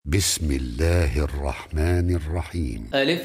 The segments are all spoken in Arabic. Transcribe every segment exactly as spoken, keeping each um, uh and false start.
بسم الله الرحمن الرحيم. ألف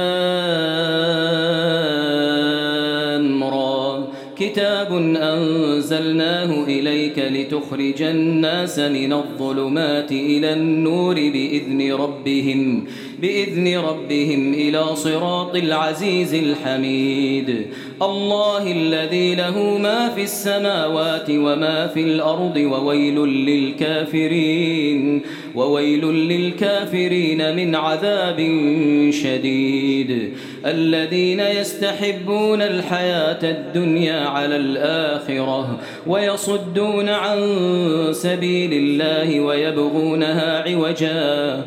لام را كتاب أنزلناه إليك لتخرج الناس من الظلمات إلى النور بإذن ربهم بإذن ربهم إلى صراط العزيز الحميد. الله الذي له ما في السماوات وما في الأرض وويل للكافرين وويل للكافرين من عذاب شديد. الذين يستحبون الحياة الدنيا على الآخرة ويصدون عن سبيل الله ويبغونها عوجا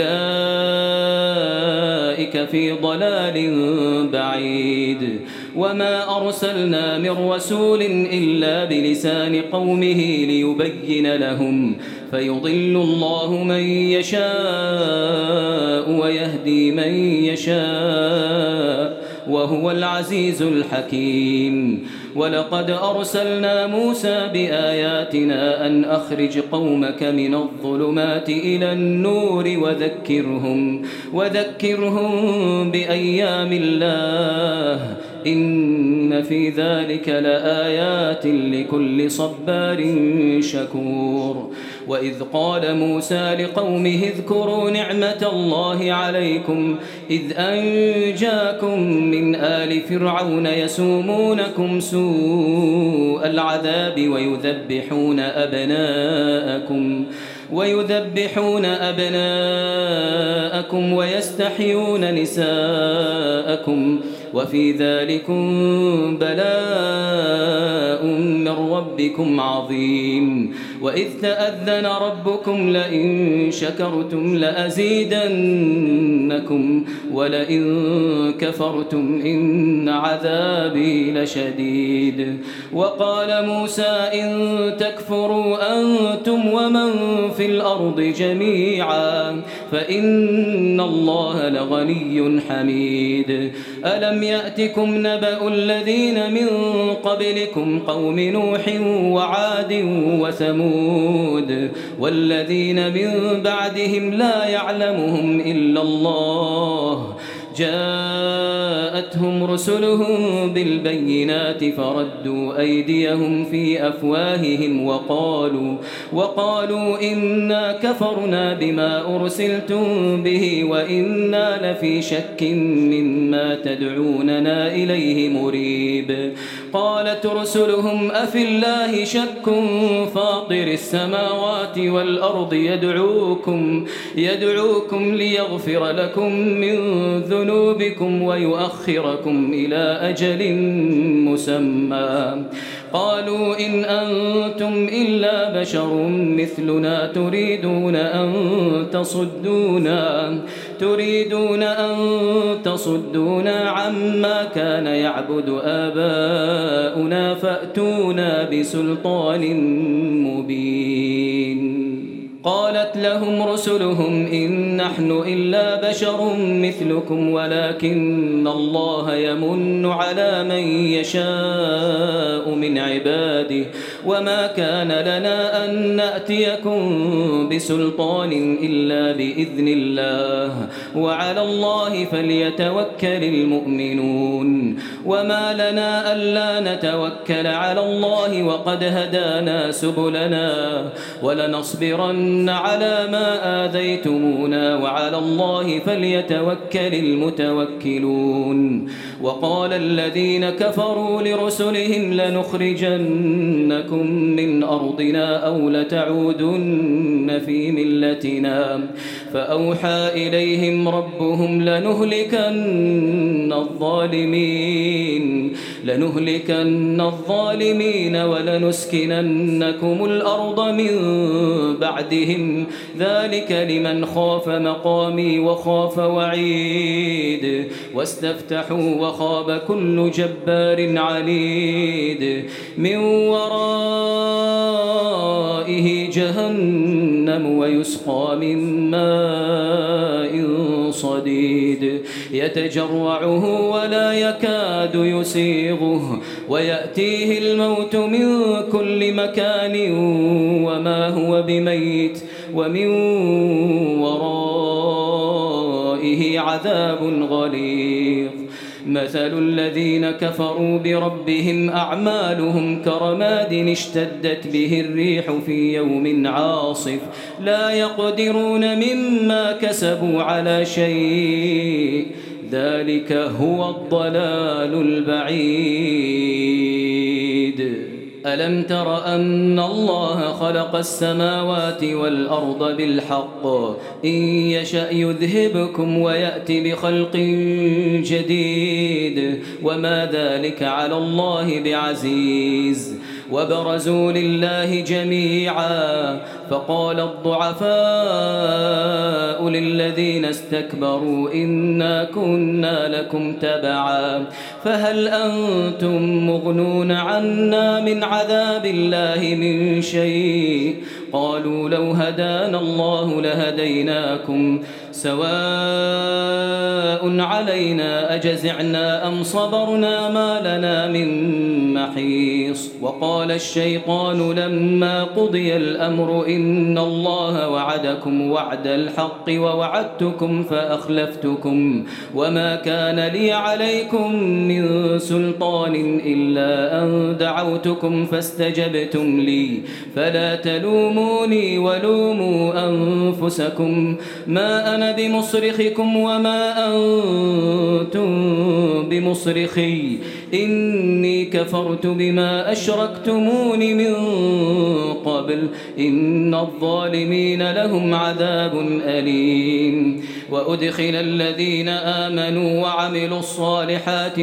أولئك في ضلال بعيد. وما أرسلنا من رسول إلا بلسان قومه ليبين لهم فيضل الله من يشاء ويهدي من يشاء وهو العزيز الحكيم. ولقد أرسلنا موسى بآياتنا أن أخرج قومك من الظلمات إلى النور وذكرهم وذكرهم بأيام الله إن في ذلك لآيات لكل صبار شكور. وإذ قال موسى لقومه اذكروا نعمة الله عليكم إذ أنجاكم من آل فرعون يسومونكم سوء العذاب ويذبحون أبناءكم ويذبحون أبناءكم ويستحيون نساءكم وفي ذلكم بلاء من ربكم عظيم. وإذ تأذن ربكم لئن شكرتم لأزيدنكم ولئن كفرتم إن عذابي لشديد. وقال موسى إن تكفروا أنتم ومن في الأرض جميعا فإن الله لغني حميد. ألم يأتكم نبأ الذين من قبلكم قوم نوح وعاد وثمود والذين من بعدهم لا يعلمهم إلا الله جاءتهم رسلهم بالبينات فردوا أيديهم في أفواههم وقالوا وقالوا إنا كفرنا بما أرسلتم به وإنا لفي شك مما تدعوننا إليه مريب. قالت رسلهم أفي الله شك فاطر السماوات والأرض يدعوكم يدعوكم ليغفر لكم من ذنوبكم ويؤخركم إلى أجل مسمى. قالوا إن أنتم إلا بشر مثلنا تريدون أن تصدونا تريدون أن تصدونا عما كان يعبد آباؤنا فأتونا بسلطان مبين. قالت لهم رسلهم إن نحن إلا بشر مثلكم ولكن الله يمن على من يشاء من عباده وما كان لنا أن نأتيكم بسلطان إلا بإذن الله وعلى الله فليتوكل المؤمنون. وما لنا ألا نتوكل على الله وقد هدانا سبلنا ولنصبرن على ما آذيتمونا وعلى الله فليتوكل المتوكلون. وقال الذين كفروا لرسلهم لنخرجنكم من أرضنا أو لتعودن في ملتنا فأوحى إليهم ربهم لنهلكن الظالمين لنهلكن الظالمين ولنسكننكم الأرض من بعدهم ذلك لمن خاف مقامي وخاف وعيد. واستفتحوا وخاب كل جبار عنيد من ورائه جهنم ويسقى من ماء صديد يتجرعه ولا يكاد يسيغه ويأتيه الموت من كل مكان وما هو بميت ومن وراء عذاب غليظ مثل الذين كفروا بربهم أعمالهم كرماد اشتدت به الريح في يوم عاصف لا يقدرون مما كسبوا على شيء ذلك هو الضلال البعيد ألم تر أن الله خلق السماوات والأرض بالحق إن يشأ يذهبكم ويأتي بخلق جديد وما ذلك على الله بعزيز وبرزوا لله جميعا فقال الضعفاء للذين استكبروا إنا كنا لكم تبعا فهل أنتم مغنون عنا من عذاب الله من شيء قالوا لو هدانا الله لهديناكم سواء علينا أجزعنا أم صبرنا ما لنا من محيص وقال الشيطان لما قضي الأمر إن الله وعدكم وعد الحق ووعدتكم فأخلفتكم وما كان لي عليكم من سلطان إلا أن دعوتكم فاستجبتم لي فلا تلوموني ولوموا أنفسكم ما أنا بمصرخكم وما أنتم بمصرخي إني كفرت بما أشركتمون من قبل إن الظالمين لهم عذاب أليم وأدخل الذين آمنوا وعملوا الصالحات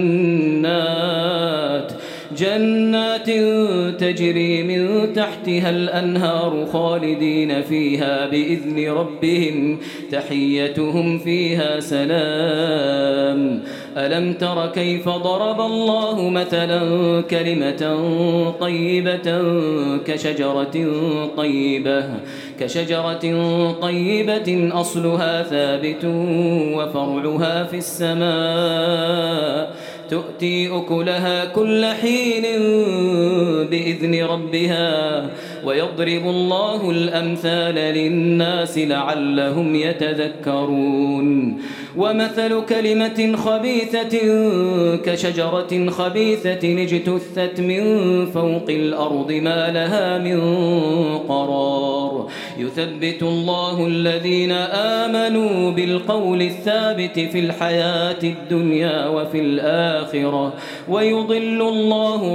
جنات جنات تجري من تحتها الأنهار خالدين فيها بإذن ربهم تحيتهم فيها سلام ألم تر كيف ضرب الله مثلا كلمة طيبة كشجرة طيبة كشجرة طيبة أصلها ثابت وفرعها في السماء تؤتي أكلها كل حين بإذن ربها ويضرب الله الأمثال للناس لعلهم يتذكرون ومثل كلمة خبيثة كشجرة خبيثة اجتثت من فوق الأرض ما لها من قرار يثبت الله الذين آمنوا بالقول الثابت في الحياة الدنيا وفي الآخرة ويضل الله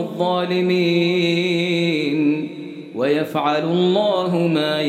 الظالمين ويفعل الله ما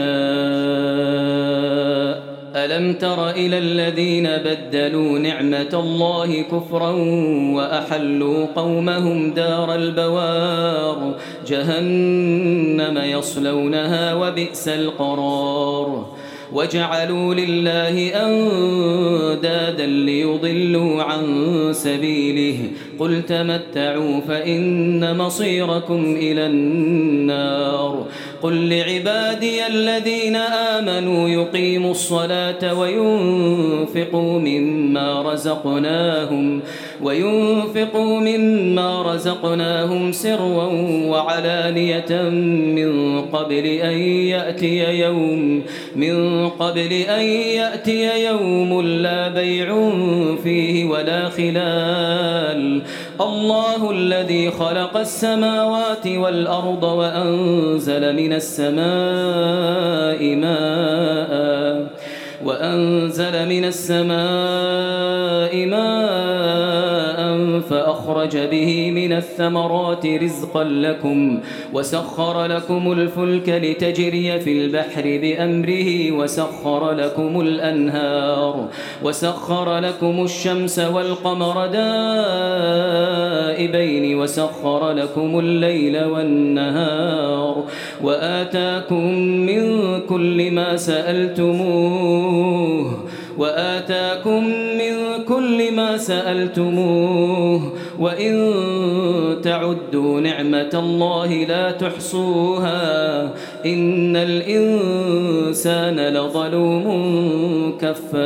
يشاء ألم تر إلى الذين بدلوا نعمة الله كفرا وأحلوا قومهم دار البوار جهنم يصلونها وبئس القرار وجعلوا لله أندادا ليضلوا عن سبيله قل تمتعوا فإن مصيركم إلى النار قل لعبادي الذين آمنوا يقيموا الصلاة وينفقوا مما رزقناهم وينفقوا مما رزقناهم سرا وعلانية من قبل أن يأتي يوم من قبل أن يأتي يوم لا بيع فيه ولا خلال الله الذي خلق السماوات والأرض وأنزل من السماء ماء وأنزل من السماء ماء فأخرج به من الثمرات رزقا لكم وسخر لكم الفلك لتجري في البحر بأمره وسخر لكم الأنهار وسخر لكم الشمس والقمر دائبين وسخر لكم الليل والنهار وآتاكم من كل ما سألتموه وآتاكم من كل ما سألتموه وإن تعدوا نعمة الله لا تحصوها إن الإنسان لظلوم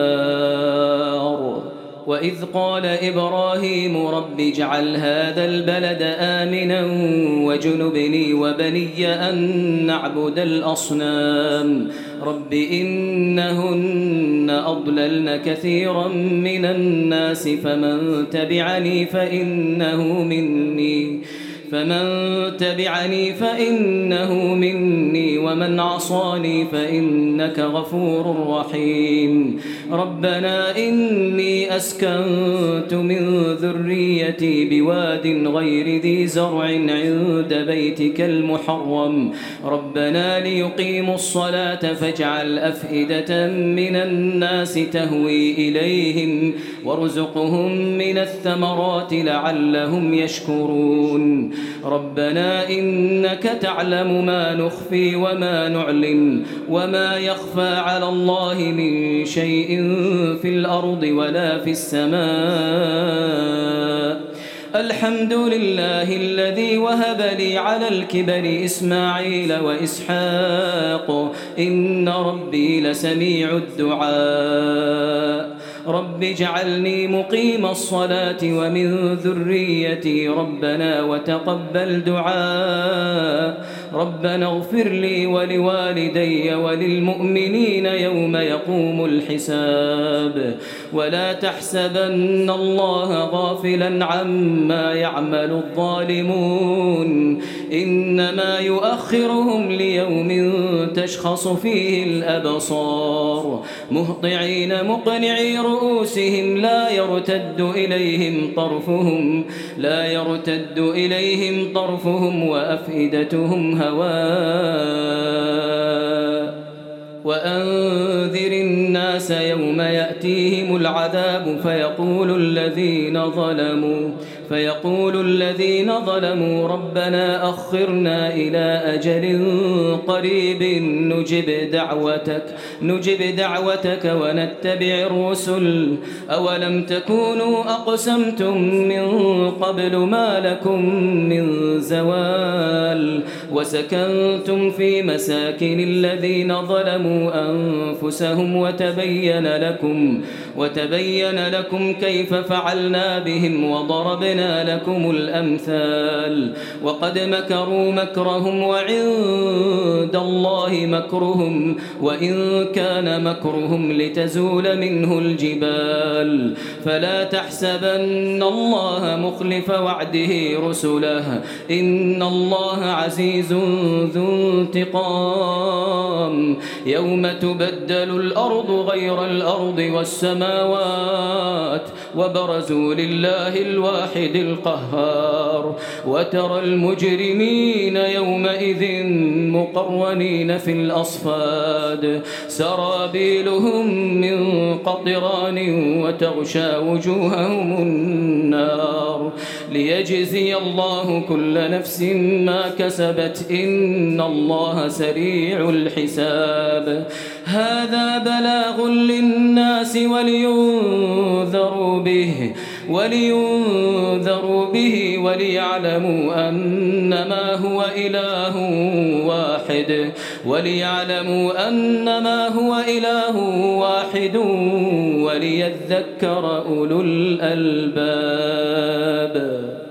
كفار وإذ قال إبراهيم رب اجعل هذا البلد آمنا وجنبني وبني أن نعبد الأصنام رب إنهن أضللن كثيرا من الناس فمن تبعني فإنه مني فمن تبعني فإنه مني ومن عصاني فإنك غفور رحيم ربنا إني أسكنت من ذريتي بواد غير ذي زرع عند بيتك المحرم ربنا ليقيموا الصلاة فاجعل أفئدة من الناس تهوي إليهم وارزقهم من الثمرات لعلهم يشكرون ربنا إنك تعلم ما نخفي وما نعلن وما يخفى على الله من شيء في الأرض ولا في السماء الحمد لله الذي وهب لي على الكبر إسماعيل وإسحاق إن ربي لسميع الدعاء رب اجعلني مقيم الصلاة ومن ذريتي ربنا وتقبل دعاء ربنا اغفر لي ولوالدي وللمؤمنين يوم يقوم الحساب ولا تحسبن الله غافلا عما يعمل الظالمون إنما يؤخرهم ليوم تشخص فيه الأبصار مهطعين مقنعي رؤوسهم لا يرتد إليهم طرفهم لا يرتد إليهم طرفهم وأفئدتهم هواء وأنذر الناس يوم يأتيهم العذاب فيقول الذين ظلموا فيقول الذين ظلموا ربنا أخرنا إلى أجل قريب نجب دعوتك نجب دعوتك ونتبع الرسل أولم تكونوا أقسمتم من قبل ما لكم من زوال وسكنتم في مساكن الذين ظلموا أنفسهم وتبين لكم وتبين لكم كيف فعلنا بهم وضربنا لكم الأمثال وقد مكروا مكرهم وعند الله مكرهم وإن كان مكرهم لتزول منه الجبال فلا تحسبن الله مخلف وعده رسله إن الله عزيز ذو انتقام يوم تبدل الأرض غير الأرض والسماوات وبرزوا لله الواحد القهار وترى المجرمين يومئذ مقرنين في الأصفاد سرابيلهم من قطران وتغشى وجوههم النار ليجزي الله كل نفس ما كسبت إن الله سريع الحساب هذا بلاغ للناس ولينذروا به ولينذروا به وليعلموا أنما هو إله واحد وليعلموا أنما هو إله واحد وليذكر أولو الألباب.